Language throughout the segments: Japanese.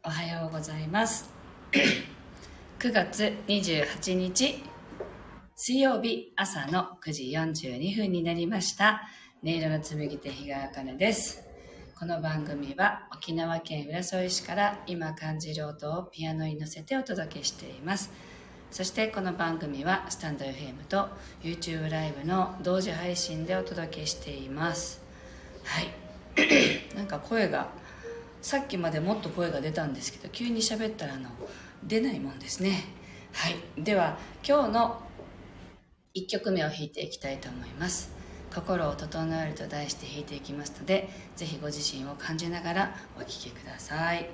おはようございます9月28日水曜日朝の9時42分になりました。音色の紡手日川茜です。この番組は沖縄県浦添市から今感じる音をピアノに乗せてお届けしています。そしてこの番組はスタンド FM と YouTube ライブの同時配信でお届けしています。はいなんか声がさっきまでもっと声が出たんですけど、急に喋ったら出ないもんですね。はい、では今日の1曲目を弾いていきたいと思います。心を整えると題して弾いていきますので、ぜひご自身を感じながらお聴きください。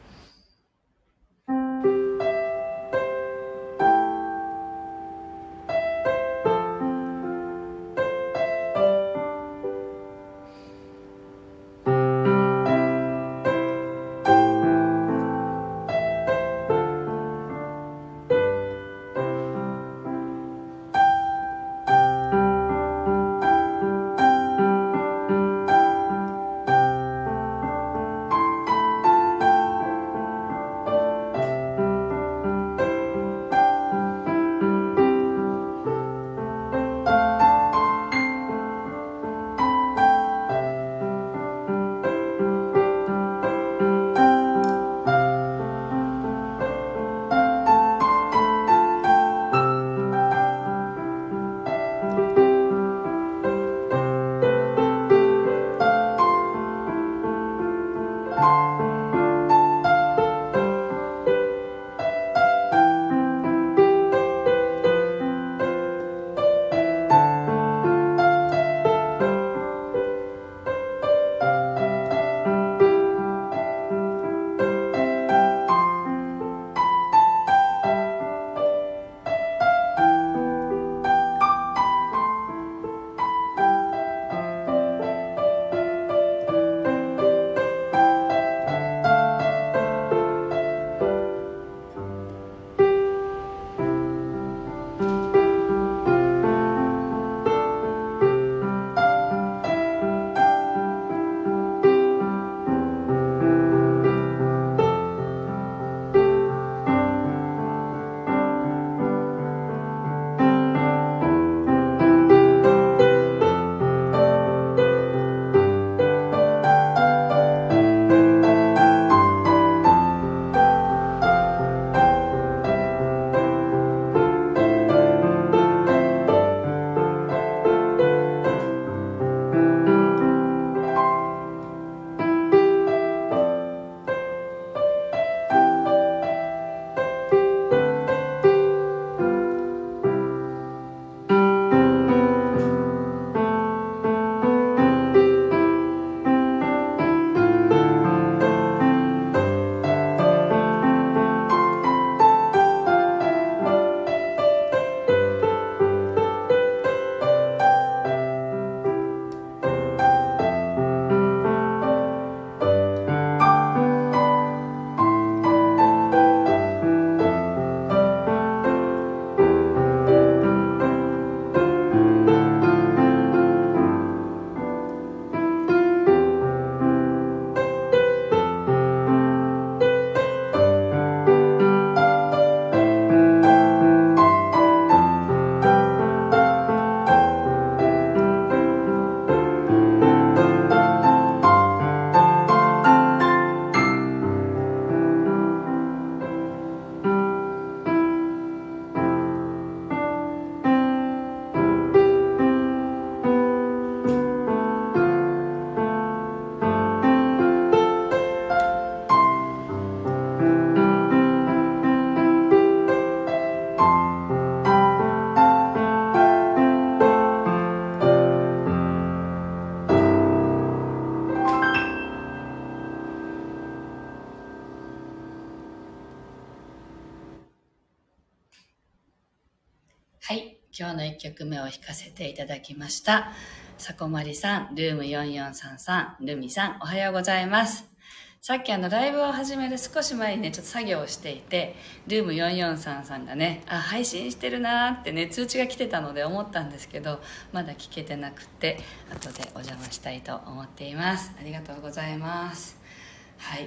はい、今日の1曲目を弾かせていただきました。さこまりさん、ルーム4433、ルミさん、おはようございます。さっきライブを始める少し前にね、ちょっと作業をしていて、ルーム4433がね、配信してるなーってね、通知が来てたので思ったんですけど、まだ聞けてなくて、後でお邪魔したいと思っています。ありがとうございます。はい。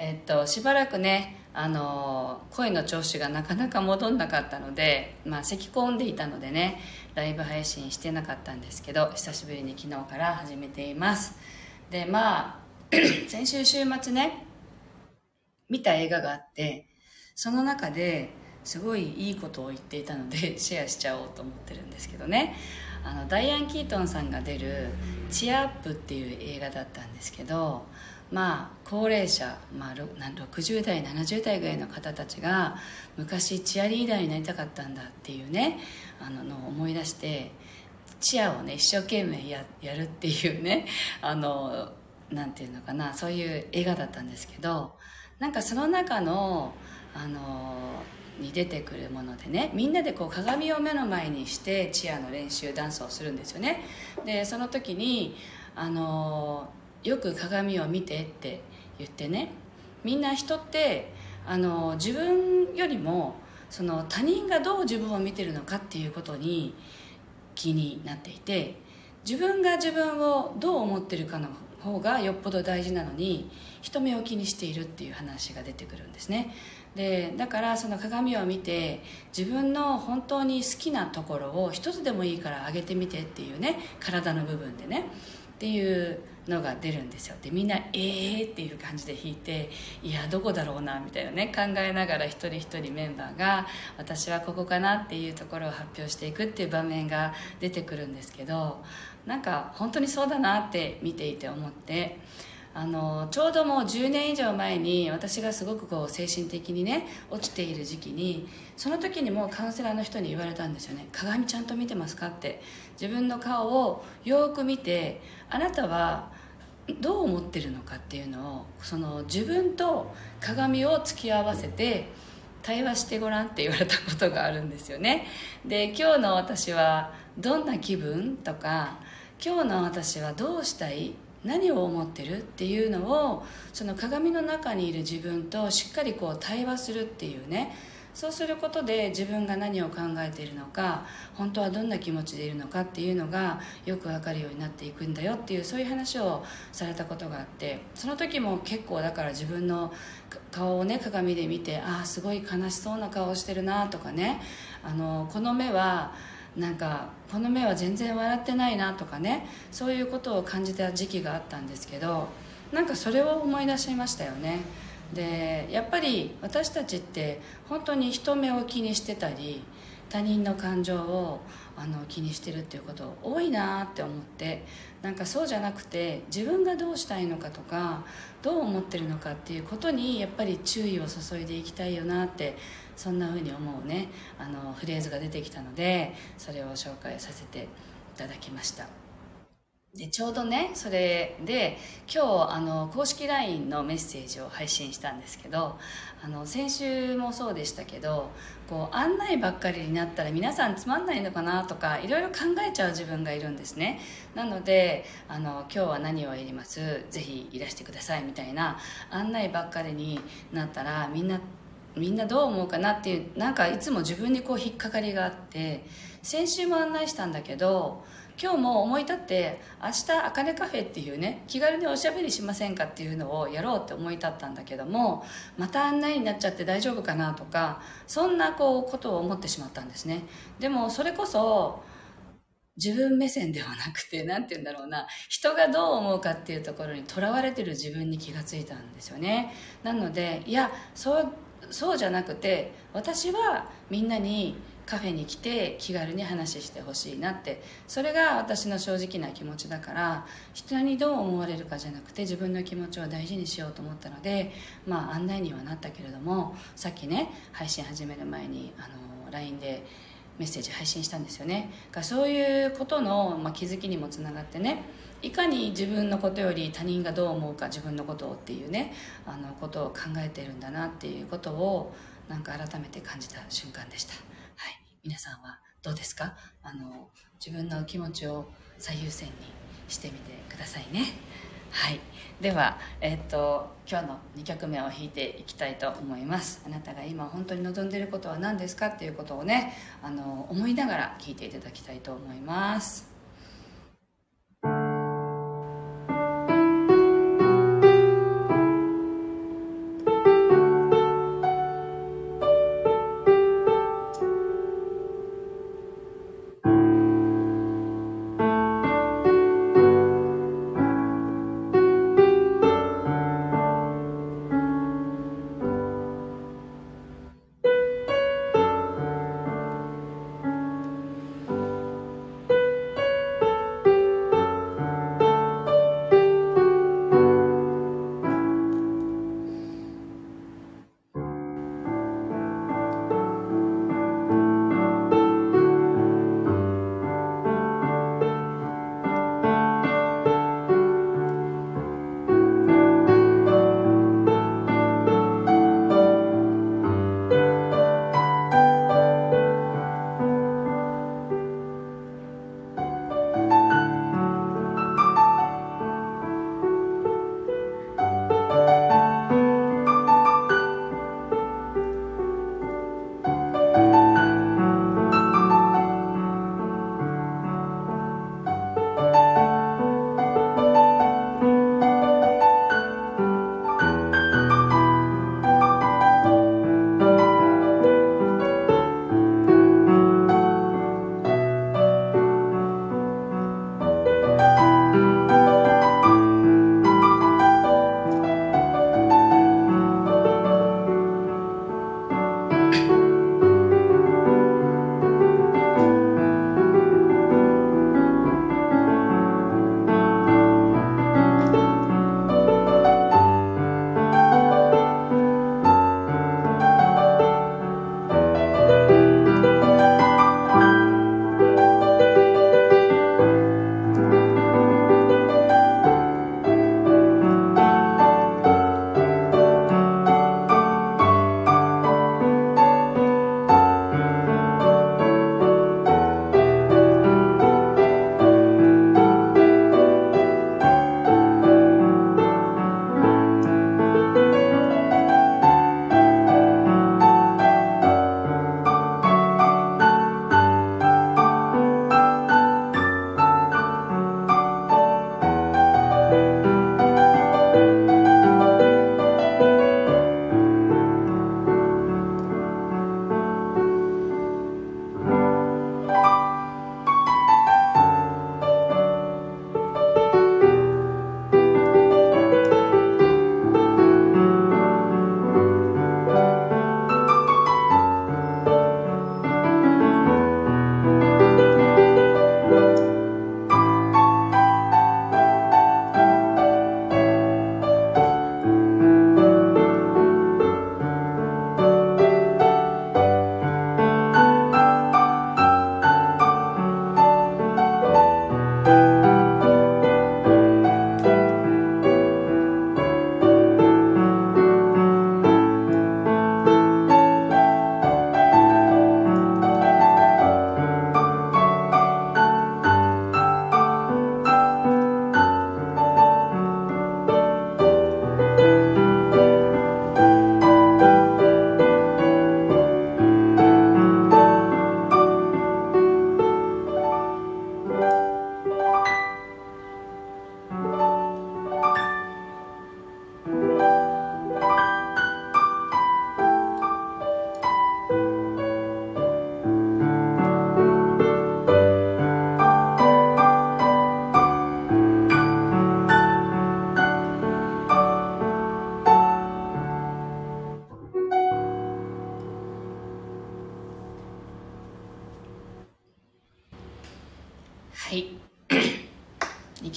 しばらくね声の調子がなかなか戻んなかったので、咳き込んでいたのでねライブ配信してなかったんですけど、久しぶりに昨日から始めています。で先週週末ね見た映画があって、その中ですごいいいことを言っていたのでシェアしちゃおうと思ってるんですけどね、ダイアン・キートンさんが出る「チアアップ」っていう映画だったんですけど、高齢者、60代70代ぐらいの方たちが昔チアリーダーになりたかったんだっていうねのを思い出して、チアをね一生懸命やるっていうねなんていうのかな、そういう映画だったんですけど、なんかその中のに出てくるものでね、みんなでこう鏡を目の前にしてチアの練習ダンスをするんですよね。でその時によく鏡を見てって言ってね、みんな人って自分よりもその他人がどう自分を見てるのかっていうことに気になっていて、自分が自分をどう思ってるかの方がよっぽど大事なのに人目を気にしているっていう話が出てくるんですね。でだからその鏡を見て自分の本当に好きなところを一つでもいいから上げてみてっていうね、体の部分でねっていうのが出るんですよ。でみんなっていう感じで弾いて、いやどこだろうなみたいなね考えながら一人一人メンバーが私はここかなっていうところを発表していくっていう場面が出てくるんですけど、なんか本当にそうだなって見ていて思って、ちょうどもう10年以上前に私がすごくこう精神的にね落ちている時期に、その時にもカウンセラーの人に言われたんですよね。鏡ちゃんと見てますかって、自分の顔をよく見てあなたはどう思ってるのかっていうのを、その自分と鏡を突き合わせて対話してごらんって言われたことがあるんですよね。で今日の私はどんな気分とか、今日の私はどうしたい、何を思ってるっていうのをその鏡の中にいる自分としっかりこう対話するっていうね、そうすることで自分が何を考えているのか、本当はどんな気持ちでいるのかっていうのがよく分かるようになっていくんだよっていう、そういう話をされたことがあって、その時も結構だから自分の顔をね鏡で見て、ああすごい悲しそうな顔してるなとかね、この目はなんかこの目は全然笑ってないなとかね、そういうことを感じた時期があったんですけど、なんかそれを思い出しましたよね。でやっぱり私たちって本当に人目を気にしてたり他人の感情を気にしてるっていうこと多いなって思って、なんかそうじゃなくて自分がどうしたいのかとかどう思ってるのかっていうことにやっぱり注意を注いでいきたいよなって、そんな風に思うねフレーズが出てきたので、それを紹介させていただきました。でちょうどねそれで今日公式 LINE のメッセージを配信したんですけど、先週もそうでしたけど、こう案内ばっかりになったら皆さんつまんないのかなとかいろいろ考えちゃう自分がいるんですね。なので今日は何をやります、ぜひいらしてくださいみたいな案内ばっかりになったらみんなどう思うかなっていう、なんかいつも自分にこう引っかかりがあって、先週も案内したんだけど今日も思い立って明日あかねカフェっていうね気軽におしゃべりしませんかっていうのをやろうって思い立ったんだけども、また案内になっちゃって大丈夫かなとか、そんなことを思ってしまったんですね。でもそれこそ自分目線ではなくて、なんて言うんだろうな、人がどう思うかっていうところにとらわれてる自分に気がついたんですよね。なのでいやそうじゃなくて、私はみんなにカフェに来て気軽に話してほしいなって、それが私の正直な気持ちだから、人にどう思われるかじゃなくて自分の気持ちを大事にしようと思ったので、案内にはなったけれども、さっきね配信始める前にLINE でメッセージ配信したんですよね。そういうことの、気づきにもつながってね、いかに自分のことより他人がどう思うか自分のことをっていうねことを考えてるんだなっていうことをなんか改めて感じた瞬間でした。はい、皆さんはどうですか？自分の気持ちを最優先にしてみてくださいね。はい、では、今日の2曲目を弾いていきたいと思います。あなたが今本当に望んでいることは何ですかっていうことをね思いながら聴いていただきたいと思います。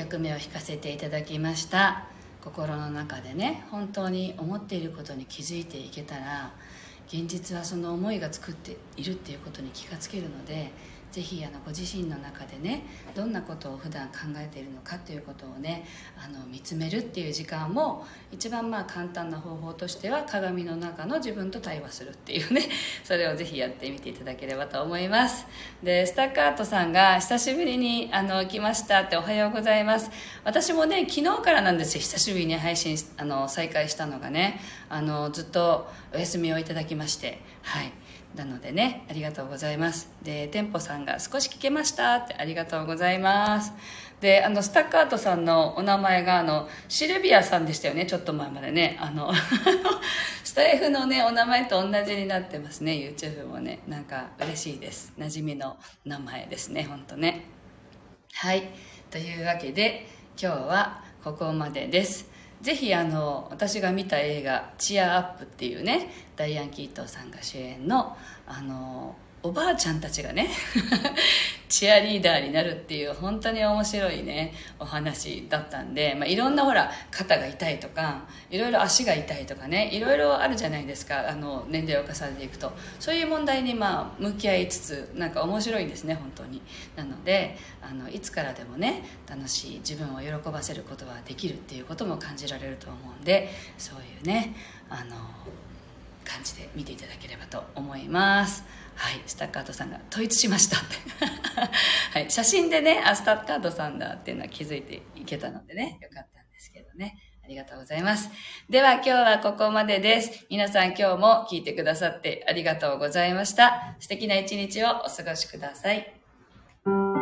曲目を弾かせていただきました。心の中でね、本当に思っていることに気づいていけたら、現実はその思いが作っているっていうことに気がつけるので、ぜひご自身の中でね、どんなことを普段考えているのかということをね、見つめるっていう時間も、一番簡単な方法としては鏡の中の自分と対話するっていうね、それをぜひやってみていただければと思います。で、スタッカートさんが久しぶりに来ましたって、おはようございます。私もね、昨日からなんですよ、久しぶりに配信再開したのがね、ずっとお休みをいただきまして、はい、なのでね、ありがとうございます。で、店舗さんが少し聞けましたって、ありがとうございます。で、スタッカートさんのお名前がシルビアさんでしたよね、ちょっと前までね。スタイフのね、お名前と同じになってますね。 YouTube もね、なんか嬉しいです。馴染みの名前ですね、ほんとね。はい、というわけで今日はここまでです。ぜひ私が見た映画「チアアップ」っていうね、ダイアン・キートンさんが主演のおばあちゃんたちがねチアリーダーになるっていう本当に面白いねお話だったんで、いろんなほら肩が痛いとか、いろいろ足が痛いとかね、いろいろあるじゃないですか、年齢を重ねていくと。そういう問題に向き合いつつ、なんか面白いんですね、本当に。なのでいつからでもね、楽しい自分を喜ばせることができるっていうことも感じられると思うんで、そういうね感じで見ていただければと思います。はい、スタッカートさんが統一しましたってはい、写真でね、スタッカートさんだっていうのは気づいていけたのでね、よかったんですけどね。ありがとうございます。では今日はここまでです。皆さん今日も聞いてくださってありがとうございました。素敵な一日をお過ごしください。